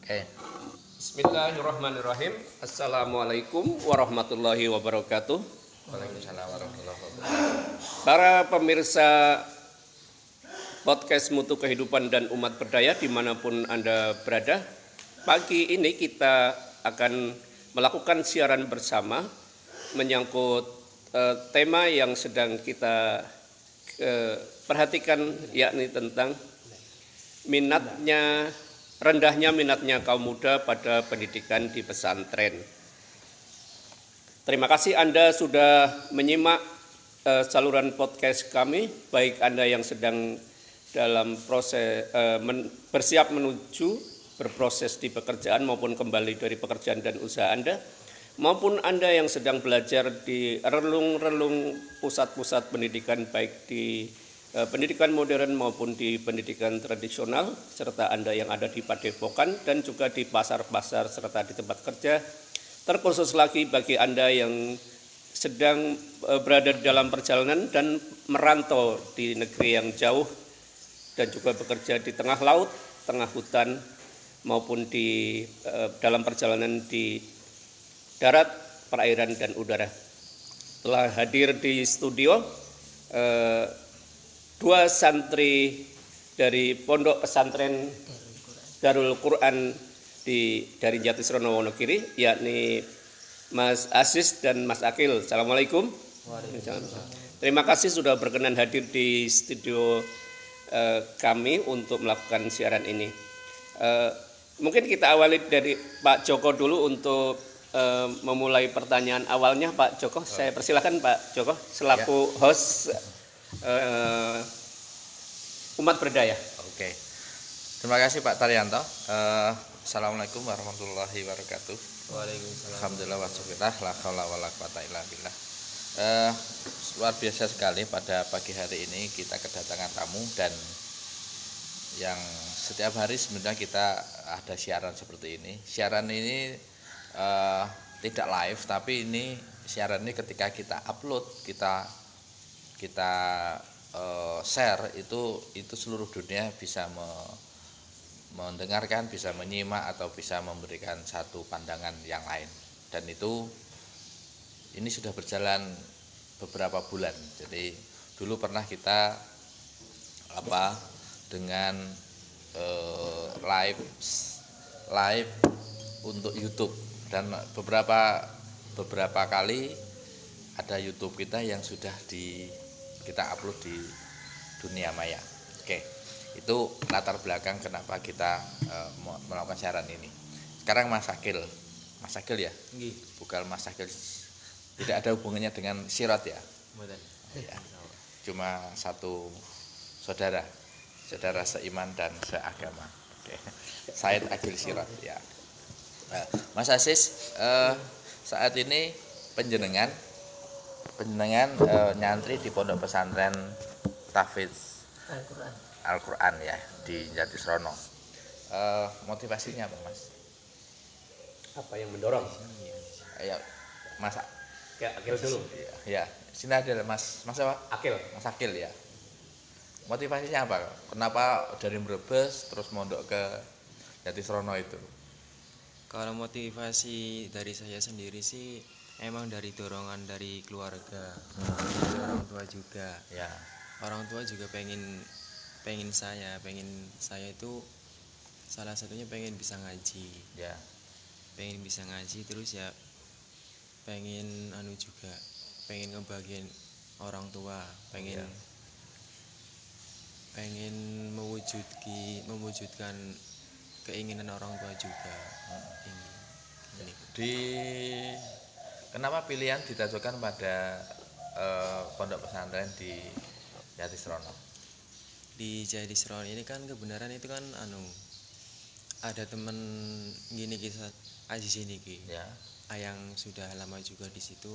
Oke. Bismillahirrahmanirrahim. Assalamualaikum warahmatullahi wabarakatuh. Waalaikumsalam warahmatullahi wabarakatuh. Para pemirsa podcast Mutu Kehidupan dan Umat Berdaya dimanapun Anda berada, pagi ini kita akan melakukan siaran bersama menyangkut tema yang sedang kita perhatikan, yakni tentang rendahnya minatnya kaum muda pada pendidikan di pesantren. Terima kasih Anda sudah menyimak saluran podcast kami, baik Anda yang sedang dalam proses bersiap menuju berproses di pekerjaan maupun kembali dari pekerjaan dan usaha Anda, maupun Anda yang sedang belajar di relung-relung pusat-pusat pendidikan baik di pendidikan modern maupun di pendidikan tradisional, serta Anda yang ada di padepokan dan juga di pasar-pasar serta di tempat kerja. Terkhusus lagi bagi Anda yang sedang berada di dalam perjalanan dan merantau di negeri yang jauh dan juga bekerja di tengah laut, tengah hutan maupun di dalam perjalanan di darat, perairan dan udara. Telah hadir di studio dua santri dari Pondok Pesantren Darul Quran dari Jatisrono Wonogiri, yakni Mas Aziz dan Mas Akil. Assalamualaikum. Terima kasih sudah berkenan hadir di studio kami untuk melakukan siaran ini. Mungkin kita awali dari Pak Joko dulu untuk memulai pertanyaan awalnya. Pak Joko, saya persilahkan Pak Joko selaku host Umat Berdaya. Oke. Terima kasih Pak Taryanto. Assalamualaikum warahmatullahi wabarakatuh. Waalaikumsalam. Alhamdulillah wassyukurillah la haula wala quwata illa billah. Luar biasa sekali pada pagi hari ini kita kedatangan tamu, dan yang setiap hari sebenarnya kita ada siaran seperti ini. Siaran ini tidak live, tapi ini siaran ini ketika kita upload, kita share itu seluruh dunia bisa mendengarkan, bisa menyimak atau bisa memberikan satu pandangan yang lain. Dan ini sudah berjalan beberapa bulan. Jadi dulu pernah kita dengan live untuk YouTube, dan beberapa kali ada YouTube kita yang sudah kita upload di dunia maya. Oke, itu latar belakang kenapa kita melakukan siaran ini. Sekarang Mas Akil ya, bukan Mas Akil, tidak ada hubungannya dengan Sirat ya. Ya, cuma satu saudara seiman dan seagama. Oke. Said Akil Sirat ya. Mas Aziz, saat ini penjenengan nyantri di Pondok Pesantren Tahfidz Al-Quran ya di Jatisrono. Motivasinya apa Mas? Apa yang mendorong? Ya, Mas. Ya, Akil dulu. Ya, sini ada Mas apa? Akil. Mas Akil ya. Motivasinya apa? Kenapa dari Brebes terus mondok ke Jatisrono itu? Kalau motivasi dari saya sendiri sih emang dari dorongan dari keluarga, dari orang tua juga. Ya. Orang tua juga pengen saya itu salah satunya pengen bisa ngaji. Ya. Pengen bisa ngaji, terus ya pengen juga pengen ngebagian orang tua, pengen mewujudkan keinginan orang tua juga. Kenapa pilihan ditajukan pada pondok pesantren di Jatisrono? Di Jatisrono ini kan kebenaran itu kan ada temen gini kisah Aziz ini ya, yang sudah lama juga di situ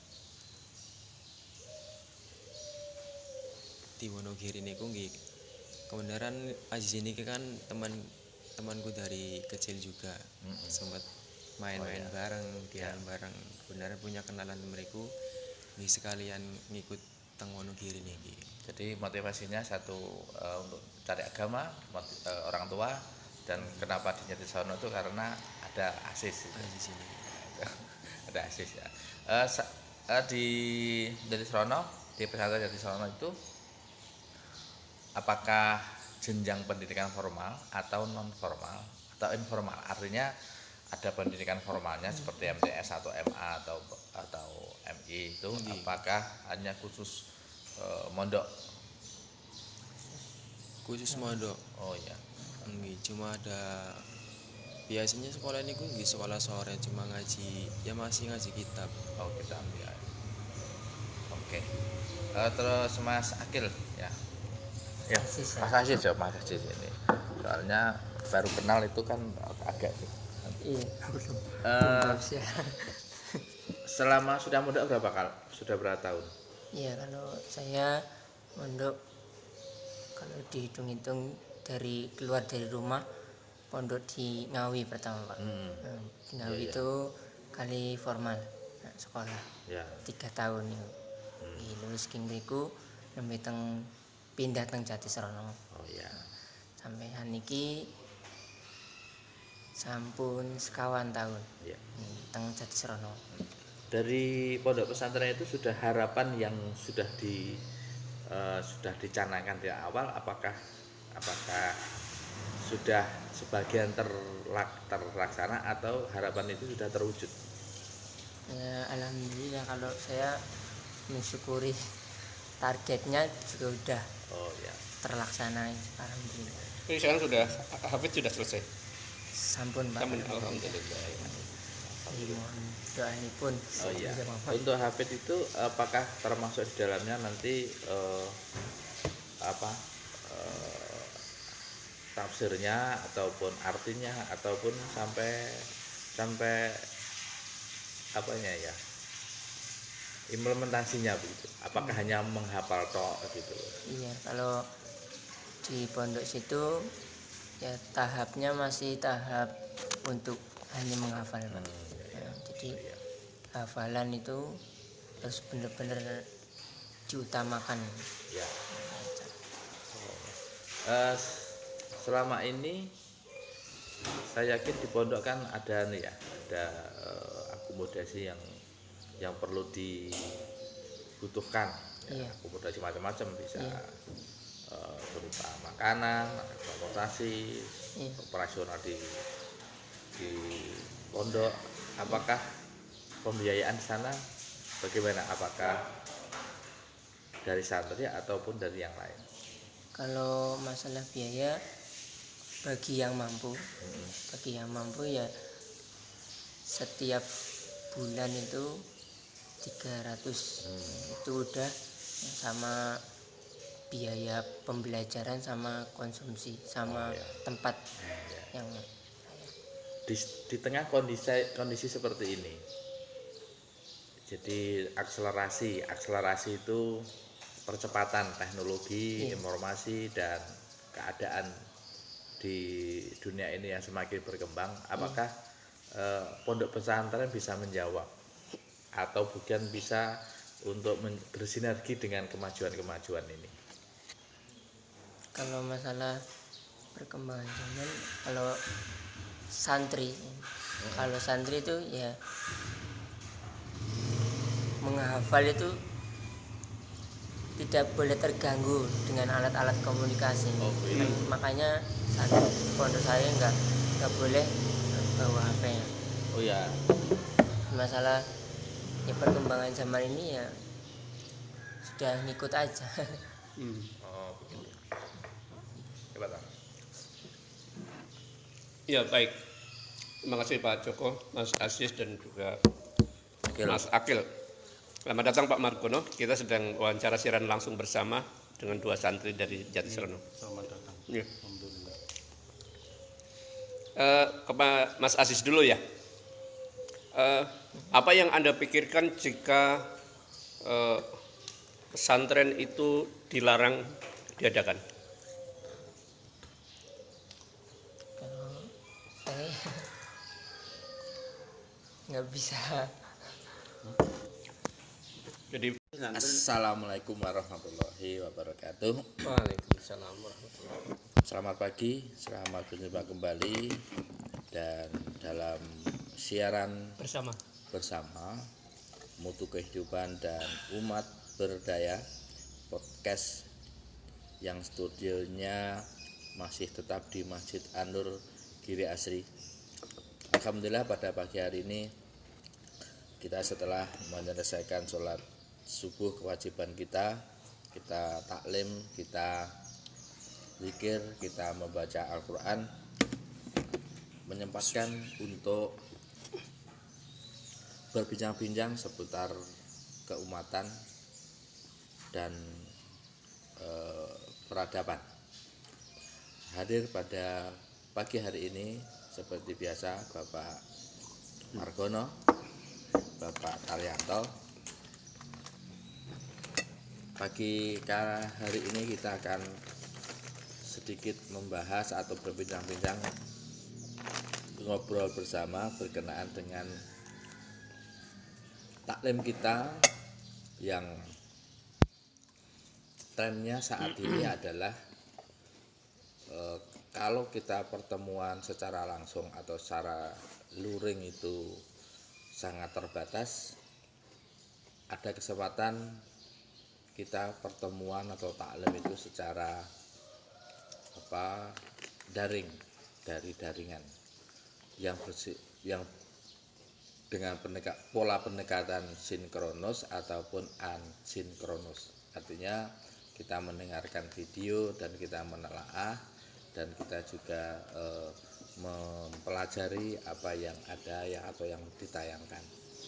di Wonogiri niku nggih. Kebenaran Aziz ini kan temanku dari kecil juga. Sempat main-main bareng, jalan bareng. Benar punya kenalan mereka, nih sekalian ngikut teng Wonogiri nih. Jadi motivasinya satu untuk cari agama, orang tua, Dan kenapa di Jatisrono itu karena ada ASIS. di sini. Ada ASIS ya. Di Jatisrono, di pesantren Jatisrono itu apakah jenjang pendidikan formal atau non formal atau informal? Artinya ada pendidikan formalnya seperti MTS atau MA atau MI itu, apakah hanya khusus mondok? Khusus mondok. Oh iya. Nggih, cuma ada biasanya sekolah ini gue sekolah sore cuma ngaji, ya masih ngaji kitab. Oh kita ambil. Oke. Terus Mas Akil ya. Ya, Mas Aziz ya, Mas Aziz ini. Soalnya baru kenal itu kan agak. Iya. Selama sudah mondok berapa kali? Sudah berapa tahun? Iya, kalau saya mondok kalau dihitung-hitung dari keluar dari rumah pondok di Ngawi pertama Pak. Di Ngawi itu kali formal sekolah. Ya. 3 tahun itu. Lulus kingriku nembe teng pindah teng Jatisrono. Oh iya. Sampai haniki sampun sekawan tahun. Ya. Teng Jatisrono. Dari pondok pesantren itu sudah harapan yang sudah dicanangkan di awal, apakah sudah sebagian terlaksana atau harapan itu sudah terwujud? Ya, alhamdulillah kalau saya mensyukuri targetnya juga udah Oh ya. terlaksana, alhamdulillah. Ini sekarang sudah Hafid sudah selesai. Sampun Pak. Alhamdulillah. Mohon doanya pun. Oh iya. Untuk Hafid itu apakah termasuk di dalamnya nanti tafsirnya ataupun artinya ataupun sampai apanya ya? Implementasinya begitu. Apakah hanya menghafal tok gitu? Iya, kalau di pondok situ ya tahapnya masih tahap untuk hanya menghafal Pak. Jadi hafalan itu harus benar-benar diutamakan. Ya. Selama ini saya yakin di pondok kan ada akomodasi yang perlu dibutuhkan. Iya. Akomodasi macam-macam bisa berupa makanan, transportasi, operasional di pondok. Apakah pembiayaan di sana bagaimana? Apakah dari santri ataupun dari yang lain? Kalau masalah biaya bagi yang mampu ya setiap bulan itu 300 itu udah sama biaya pembelajaran sama konsumsi sama tempat yang di tengah kondisi seperti ini. Jadi akselerasi itu percepatan teknologi, informasi dan keadaan di dunia ini yang semakin berkembang. Apakah pondok pesantren bisa menjawab atau bukan bisa untuk bersinergi dengan kemajuan ini? Kalau masalah perkembangan zaman, kalau santri itu ya menghafal itu tidak boleh terganggu dengan alat-alat komunikasi. Makanya santri pondok saya nggak boleh bawa HP. Oh ya. Masalah ya perkembangan zaman ini ya sudah ngikut aja. Oh begitu. Coba tak. Ya baik. Terima kasih Pak Joko, Mas Aziz dan juga Mas Akil. Selamat datang Pak Margono. Kita sedang wawancara siaran langsung bersama dengan 2 santri dari Jatisrono. Selamat datang. Ya. Alhamdulillah. Kepada Mas Aziz dulu ya. Apa yang Anda pikirkan jika pesantren itu dilarang diadakan? Kalau saya nggak bisa. Jadi Assalamualaikum warahmatullahi wabarakatuh. Waalaikumsalam warahmatullahi wabarakatuh. Selamat pagi, selamat berjumpa kembali dan dalam siaran bersama Mutu Kehidupan dan Umat Berdaya podcast yang studionya masih tetap di Masjid An-Nur Giri Asri. Alhamdulillah pada pagi hari ini kita setelah menyelesaikan sholat subuh kewajiban kita taklim, kita zikir, kita membaca Al-Quran, menyempatkan untuk berbincang-bincang seputar keumatan dan peradaban. Hadir pada pagi hari ini seperti biasa Bapak Margono, Bapak Taryanto. Pagi hari ini kita akan sedikit membahas atau berbincang-bincang, ngobrol bersama berkenaan dengan taklim kita yang trennya saat ini adalah kalau kita pertemuan secara langsung atau secara luring itu sangat terbatas, ada kesempatan kita pertemuan atau taklim itu secara daring, dari daringan yang dengan pola pendekatan sinkronus ataupun asinkronus. Artinya kita mendengarkan video dan kita menelaah dan kita juga mempelajari apa yang ada atau yang ditayangkan.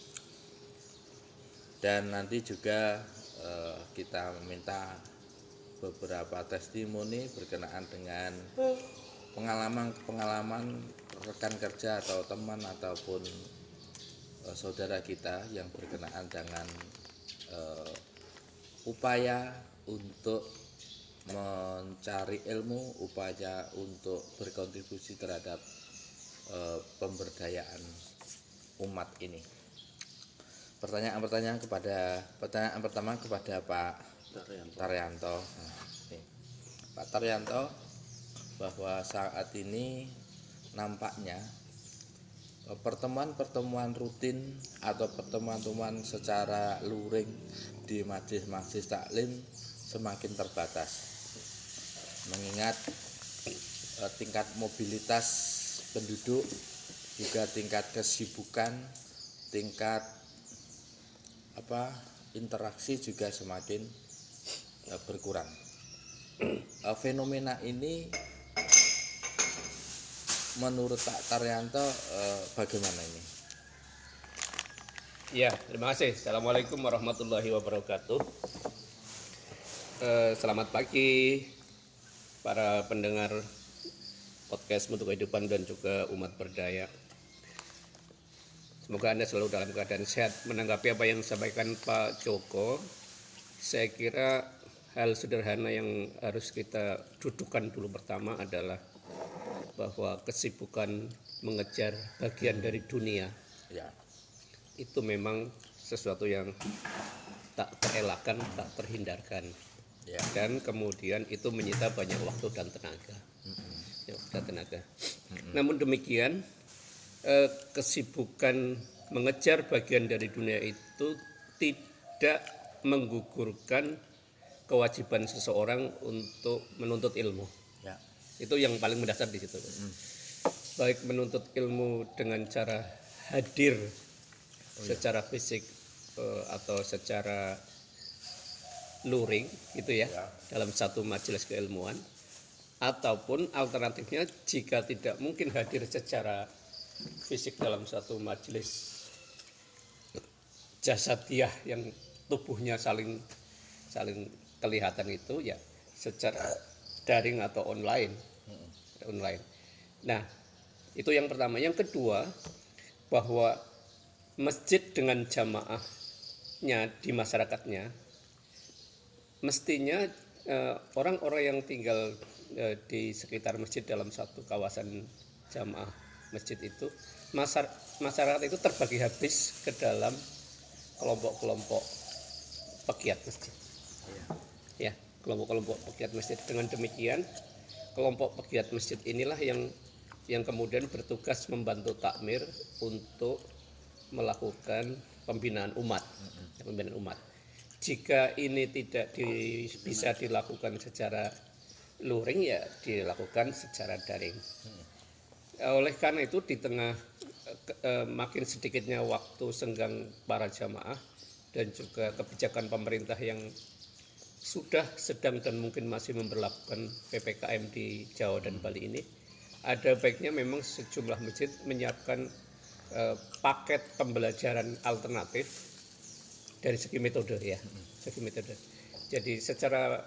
Dan nanti juga kita meminta beberapa testimoni berkenaan dengan pengalaman rekan kerja atau teman ataupun saudara kita yang berkenaan dengan upaya untuk mencari ilmu, upaya untuk berkontribusi terhadap pemberdayaan umat ini. Pertanyaan pertama kepada Pak Taryanto. Pak Taryanto, bahwa saat ini nampaknya pertemuan rutin atau pertemuan secara luring di majelis taklim semakin terbatas, mengingat tingkat mobilitas penduduk, juga tingkat kesibukan, tingkat interaksi juga semakin berkurang. Fenomena ini menurut Pak Taryanto bagaimana ini? Ya, terima kasih. Assalamualaikum warahmatullahi wabarakatuh. Selamat pagi para pendengar podcast Mutu Kehidupan dan juga Umat Berdaya. Semoga Anda selalu dalam keadaan sehat. Menanggapi apa yang disampaikan Pak Joko, saya kira hal sederhana yang harus kita dudukkan dulu pertama adalah bahwa kesibukan mengejar bagian dari dunia itu memang sesuatu yang tak terelakkan, tak terhindarkan, dan kemudian itu menyita banyak waktu dan tenaga. Namun demikian, kesibukan mengejar bagian dari dunia itu tidak menggugurkan kewajiban seseorang untuk menuntut ilmu. Itu yang paling mendasar di situ. Baik menuntut ilmu dengan cara hadir secara fisik atau secara luring gitu ya, dalam satu majelis keilmuan, ataupun alternatifnya jika tidak mungkin hadir secara fisik dalam satu majelis jasadiah yang tubuhnya saling kelihatan itu, ya secara daring atau online. Nah, itu yang pertama. Yang kedua, bahwa masjid dengan jamaahnya di masyarakatnya mestinya orang-orang yang tinggal di sekitar masjid dalam satu kawasan jamaah masjid itu, masyarakat itu terbagi habis ke dalam kelompok-kelompok pegiat masjid. Ya, kelompok-kelompok pegiat masjid. Dengan demikian, kelompok pegiat masjid inilah yang kemudian bertugas membantu takmir untuk melakukan pembinaan umat. Jika ini tidak bisa dilakukan secara luring, ya dilakukan secara daring. Oleh karena itu di tengah makin sedikitnya waktu senggang para jamaah dan juga kebijakan pemerintah yang sudah, sedang dan mungkin masih memberlakukan PPKM di Jawa dan Bali ini, ada baiknya memang sejumlah masjid menyiapkan paket pembelajaran alternatif dari segi metode ya, segi metode. Jadi secara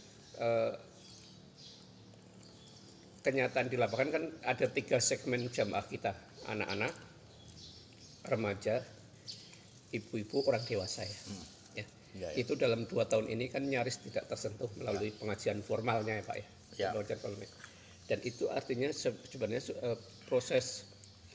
kenyataan di lapangan kan ada 3 segmen jamaah kita, anak-anak, remaja, ibu-ibu, orang dewasa ya. Ya. Itu dalam 2 tahun ini kan nyaris tidak tersentuh melalui pengajian formalnya ya Pak ya. Pengajian formalnya. Dan itu artinya sebenarnya proses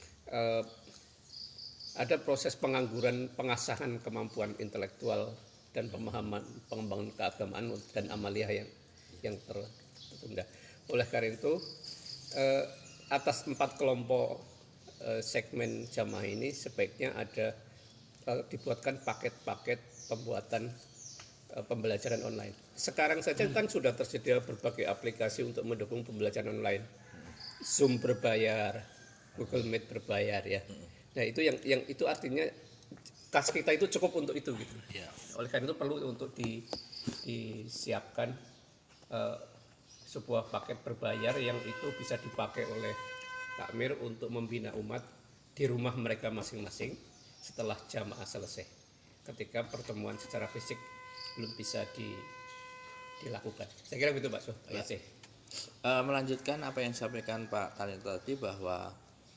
ada proses pengangguran, pengasahan kemampuan intelektual dan pemahaman pengembangan keagamaan dan amaliyah yang tertunda. Oleh karena itu atas 4 kelompok segmen jamaah ini sebaiknya ada dibuatkan paket-paket pembuatan pembelajaran online. Sekarang saja kan sudah tersedia berbagai aplikasi untuk mendukung pembelajaran online. Zoom berbayar, Google Meet berbayar ya. Nah itu yang itu artinya kas kita itu cukup untuk itu gitu. Oleh karena itu perlu untuk disiapkan sebuah paket berbayar yang itu bisa dipakai oleh takmir untuk membina umat di rumah mereka masing-masing setelah jamaah selesai, ketika pertemuan secara fisik belum bisa dilakukan. Saya kira begitu Pak Suh. Terima kasih. Melanjutkan apa yang disampaikan Pak Tanito tadi, bahwa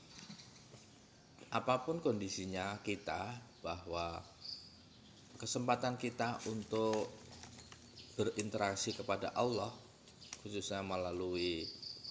apapun kondisinya kita, bahwa kesempatan kita untuk berinteraksi kepada Allah, khususnya melalui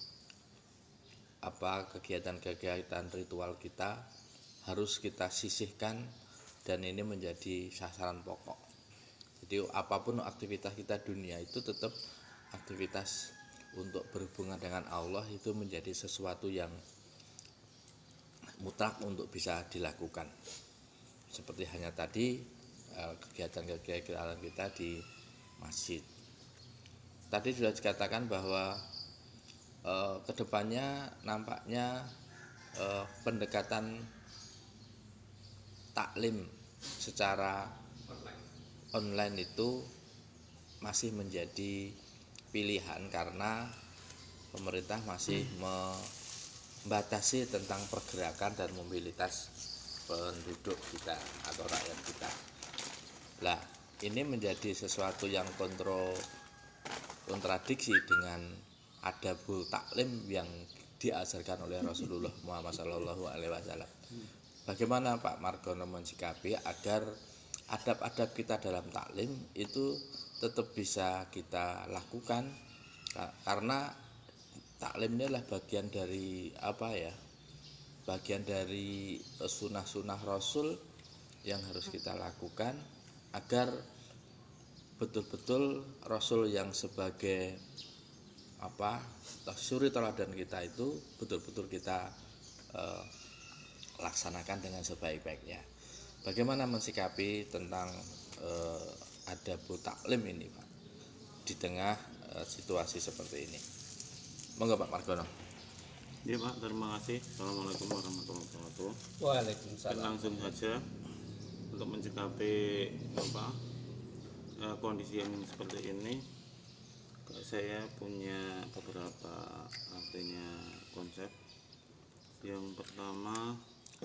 kegiatan-kegiatan ritual kita, harus kita sisihkan, dan ini menjadi sasaran pokok. Jadi apapun aktivitas kita dunia itu tetap aktivitas untuk berhubungan dengan Allah, itu menjadi sesuatu yang mutlak untuk bisa dilakukan. Seperti hanya tadi kegiatan-kegiatan kita di masjid. Tadi sudah dikatakan bahwa kedepannya nampaknya pendekatan taklim secara online itu masih menjadi pilihan, karena pemerintah masih membatasi tentang pergerakan dan mobilitas penduduk kita atau rakyat kita. Nah, ini menjadi sesuatu yang kontradiksi dengan adabul taklim yang diajarkan oleh Rasulullah Muhammad SAW. Bagaimana Pak Margono mensikapi agar adab-adab kita dalam taklim itu tetap bisa kita lakukan, karena taklim ini adalah bagian dari bagian dari sunnah-sunnah Rasul yang harus kita lakukan, agar betul-betul Rasul yang sebagai suri teladan kita itu betul-betul kita laksanakan dengan sebaik-baiknya. Bagaimana mensikapi tentang adabul taklim ini Pak, di tengah situasi seperti ini? Monggo Pak Margono. Ya Pak, terima kasih. Assalamualaikum warahmatullahi wabarakatuh. Waalaikumsalam. Langsung saja untuk mensikapi kondisi yang seperti ini, saya punya beberapa konsep. Yang pertama,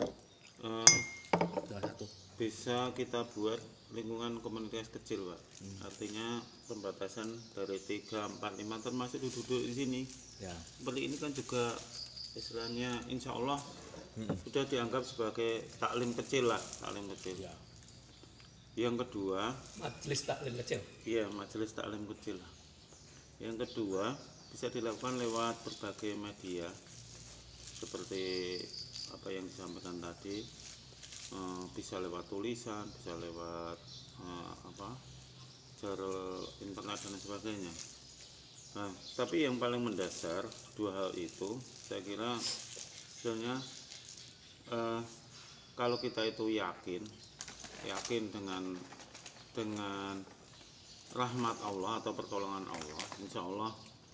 bisa kita buat lingkungan komunitas kecil Pak. Artinya pembatasan dari 3, 4, 5 termasuk duduk di sini. Seperti ini kan juga istilahnya insya Allah sudah dianggap sebagai taklim kecil lah, taklim kecil. Yang kedua, majelis taklim kecil. Iya, majelis taklim kecil. Yang kedua, bisa dilakukan lewat berbagai media seperti apa yang disampaikan tadi, bisa lewat tulisan, bisa lewat jalur internet dan sebagainya. Nah, tapi yang paling mendasar dua hal itu saya kira sebenarnya kalau kita itu yakin dengan rahmat Allah atau pertolongan Allah, insya Allah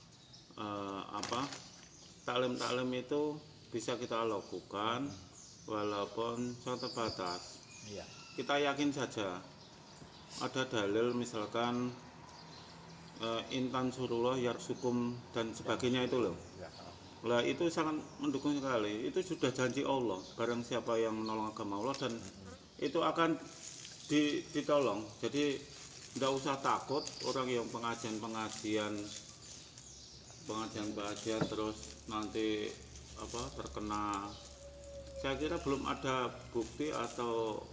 taklim itu bisa kita lakukan walaupun sangat terbatas. Iya. Kita yakin saja ada dalil misalkan intan surullah yarsukum dan sebagainya itu loh. Lah itu sangat mendukung sekali. Itu sudah janji Allah. Barang siapa yang menolong agama Allah dan itu akan ditolong. Jadi tidak usah takut orang yang pengajian terus nanti terkena. Saya kira belum ada bukti atau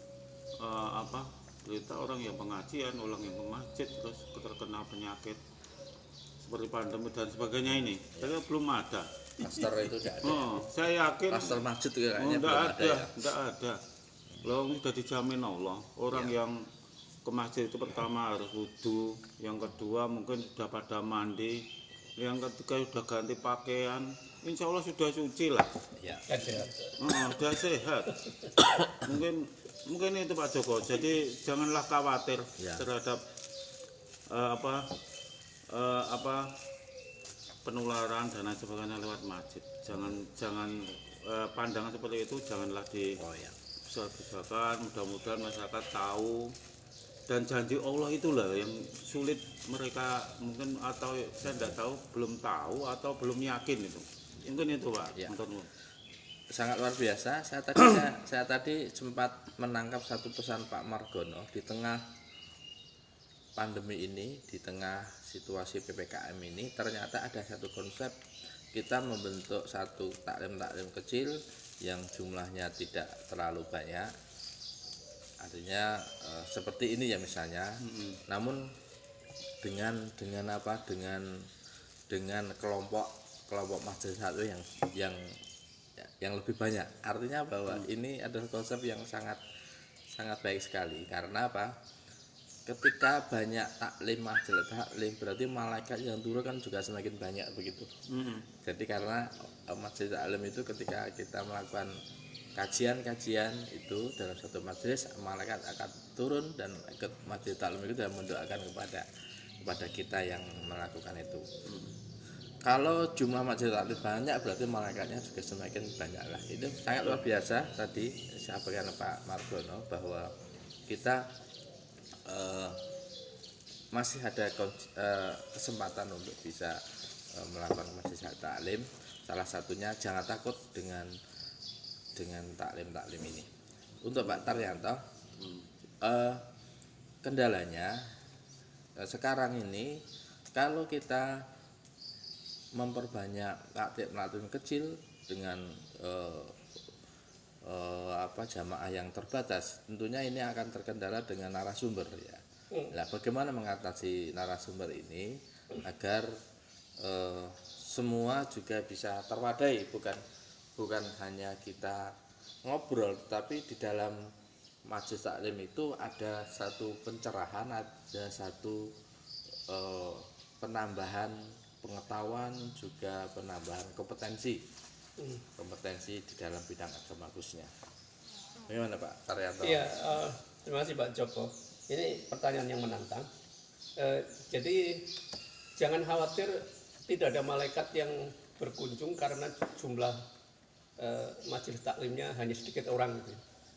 berita orang yang pengajian, orang yang ke masjid terus terkena penyakit seperti pandemi dan sebagainya ini. Saya belum ada. Master itu tidak ada. Saya yakin Master masjid itu kayaknya belum ada ya. Tidak ada. Loh, sudah dijamin Allah. Orang yang ke masjid itu pertama harus wudu, yang kedua mungkin sudah pada mandi, yang ketiga sudah ganti pakaian. Insya Allah sudah suci lah. Ya. Sudah sehat. Mungkin itu Pak Joko. Jadi janganlah khawatir terhadap penularan dan lain sebagainya lewat masjid. Jangan pandangan seperti itu janganlah dibesar-besarkan. Mudah-mudahan masyarakat tahu dan janji Allah itulah yang sulit mereka mungkin atau saya tidak tahu, belum tahu atau belum yakin itu. Mungkin itu Pak. Ya. Menurutmu? Sangat luar biasa. Saya tadi sempat menangkap satu pesan Pak Margono di tengah pandemi ini, di tengah situasi PPKM ini, ternyata ada satu konsep kita membentuk satu taklim kecil yang jumlahnya tidak terlalu banyak. Artinya seperti ini ya misalnya. Namun dengan kelompok masjid satu yang lebih banyak. Artinya bahwa ini adalah konsep yang sangat baik sekali. Karena apa? Ketika banyak taklim berarti malaikat yang turun kan juga semakin banyak begitu. Jadi karena masjid taklim itu ketika kita melakukan kajian itu dalam satu majelis, malaikat akan turun dan ikut masjid taklim itu dan mendoakan kepada kita yang melakukan itu. Kalau jumlah masjid taklim banyak berarti malaikatnya juga semakin banyak lah. Itu sangat luar biasa tadi disampaikan Pak Margono bahwa kita masih ada kesempatan untuk bisa melakukan masjid taklim. Salah satunya jangan takut dengan taklim ini. Untuk Pak Taryanto, kendalanya sekarang ini kalau kita memperbanyak taklim kecil dengan jamaah yang terbatas, tentunya ini akan terkendala dengan narasumber ya. Nah, bagaimana mengatasi narasumber ini agar semua juga bisa terwadai, bukan hanya kita ngobrol, tapi di dalam majelis taklim itu ada satu pencerahan, ada satu penambahan pengetahuan, juga penambahan kompetensi di dalam bidang agama khususnya. Bagaimana Pak Taryanto? Iya, terima kasih Pak Joko. Ini pertanyaan yang menantang. Jadi jangan khawatir, tidak ada malaikat yang berkunjung karena jumlah majelis taklimnya hanya sedikit orang gitu.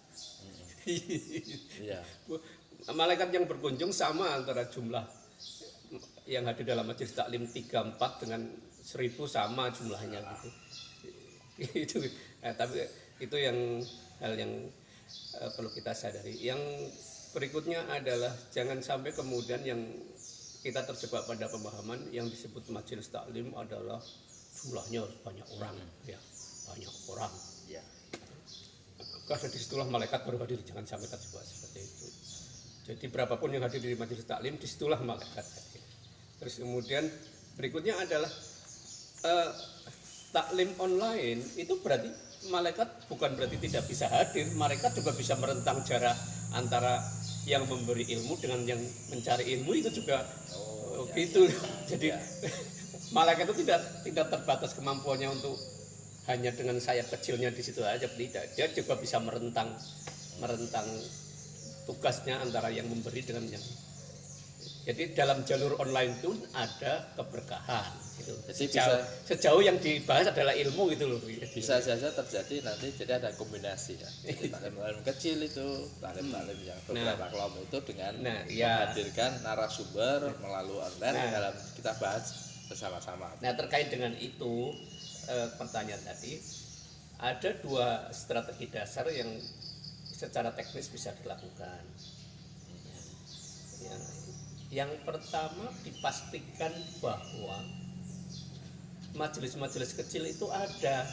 Iya. Malaikat yang berkunjung sama antara jumlah yang hadir dalam majelis taklim 3-4 dengan 1000 sama jumlahnya gitu. Tapi itu hal yang perlu kita sadari. Yang berikutnya adalah jangan sampai kemudian yang kita terjebak pada pemahaman yang disebut majelis taklim adalah jumlahnya banyak orang, ya banyak orang. Ya. Karena disitulah malaikat baru hadir, jangan sampai terjebak seperti itu. Jadi berapapun yang hadir di majelis taklim, disitulah malaikat hadir. Terus kemudian berikutnya adalah taklim online itu berarti malaikat bukan berarti tidak bisa hadir, malaikat juga bisa merentang jarak antara yang memberi ilmu dengan yang mencari ilmu, itu juga Oh, gitu. Jadi malaikat itu tidak terbatas kemampuannya untuk hanya dengan sayap kecilnya di situ aja, tidak. Dia juga bisa merentang tugasnya antara yang memberi dengan yang. Jadi dalam jalur online itu ada keberkahan gitu. Jadi sejauh yang dibahas adalah ilmu gitu loh. Bisa saja terjadi nanti, jadi ada kombinasi ya. Taklim kecil itu, taklim yang beberapa kelompok itu dengan menghadirkan narasumber melalui online dalam kita bahas bersama-sama. Nah, terkait dengan itu pertanyaan tadi, ada 2 strategi dasar yang secara teknis bisa dilakukan. Yang pertama, dipastikan bahwa majelis-majelis kecil itu ada.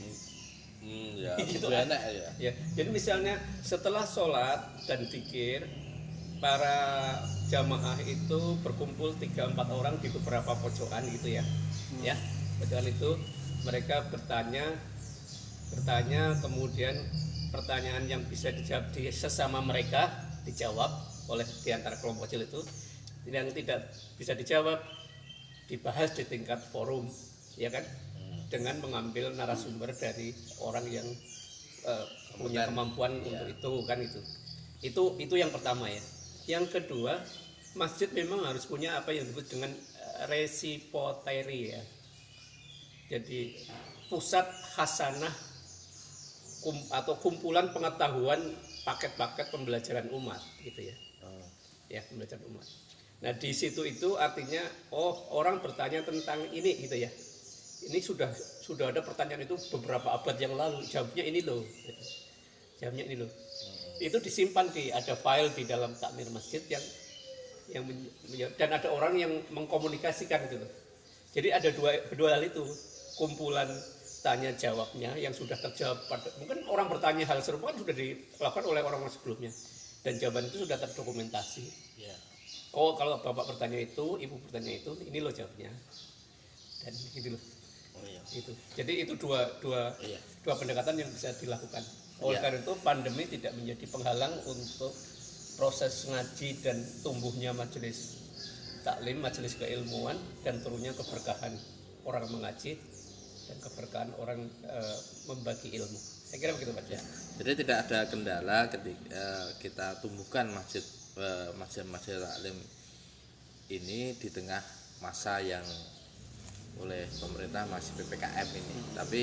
Ya, gitu enak ya. Ya. Jadi misalnya setelah sholat dan zikir, para jamaah itu berkumpul 3-4 orang di beberapa pojokan gitu ya. Ya, pojokan itu mereka bertanya, kemudian pertanyaan yang bisa dijawab di sesama mereka dijawab oleh di antara kelompok kecil itu. Yang tidak bisa dijawab dibahas di tingkat forum, ya kan, dengan mengambil narasumber dari orang yang punya kemampuan untuk itu kan. Itu yang pertama ya. Yang kedua, masjid memang harus punya apa yang disebut dengan resipoteri ya. Jadi pusat hasanah atau kumpulan pengetahuan, paket-paket pembelajaran umat gitu ya. Ya, pembelajaran umat. Nah, di situ itu artinya orang bertanya tentang ini gitu ya. Ini sudah ada pertanyaan itu beberapa abad yang lalu, jawabnya ini loh. Gitu. Jawabnya ini loh. Itu disimpan ada file di dalam takmir masjid yang dan ada orang yang mengkomunikasikan gitu. Jadi ada dua hal itu, kumpulan tanya jawabnya yang sudah terjawab mungkin orang bertanya hal serupa kan sudah dilakukan oleh orang sebelumnya dan jawaban itu sudah terdokumentasi. Ya. Kalau bapak bertanya itu, ibu bertanya itu, ini loh jawabnya, dan gitu loh. Itu. Jadi itu dua pendekatan yang bisa dilakukan. Oleh karena itu pandemi tidak menjadi penghalang untuk proses ngaji dan tumbuhnya majelis taklim, majelis keilmuan, dan turunnya keberkahan orang mengaji dan keberkahan orang membagi ilmu. Saya kira begitu Pak. Ya. Jadi tidak ada kendala ketika kita tumbuhkan masjid taklim ini di tengah masa yang oleh pemerintah masih PPKM ini, tapi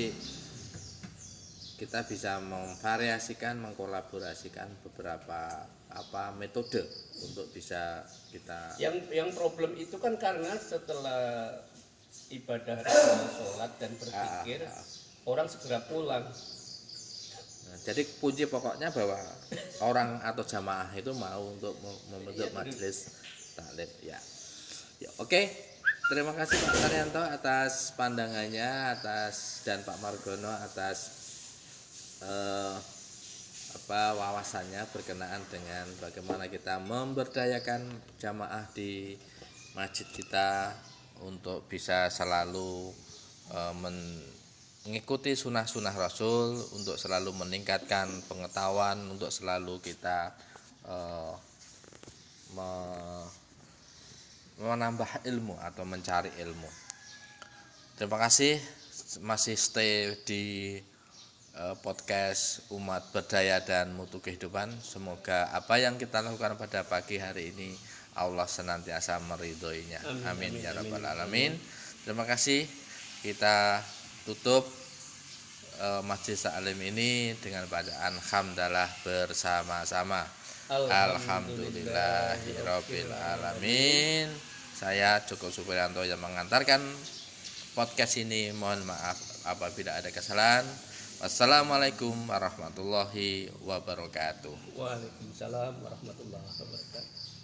kita bisa memvariasikan, mengkolaborasikan beberapa metode untuk bisa kita. Yang problem itu kan karena setelah ibadah sholat dan berzikir orang segera pulang. Nah, jadi kunci pokoknya bahwa orang atau jamaah itu mau untuk membentuk majelis taklim ya. Oke. Terima kasih Pak Taryanto atas pandangannya, dan Pak Margono atas wawasannya berkenaan dengan bagaimana kita memberdayakan jamaah di masjid kita untuk bisa selalu mengikuti sunnah-sunnah Rasul, untuk selalu meningkatkan pengetahuan, untuk selalu kita menambah ilmu atau mencari ilmu. Terima kasih masih stay di podcast Umat Berdaya dan Mutu Kehidupan. Semoga apa yang kita lakukan pada pagi hari ini Allah senantiasa meridhoinya. Amin ya rabbal alamin. Terima kasih. Kita tutup Majelis Taklim ini dengan bacaan hamdalah bersama-sama. Alhamdulillahirabbil alamin. Saya Joko Supriyanto yang mengantarkan podcast ini. Mohon maaf apabila ada kesalahan. Wassalamualaikum warahmatullahi wabarakatuh. Waalaikumsalam warahmatullahi wabarakatuh.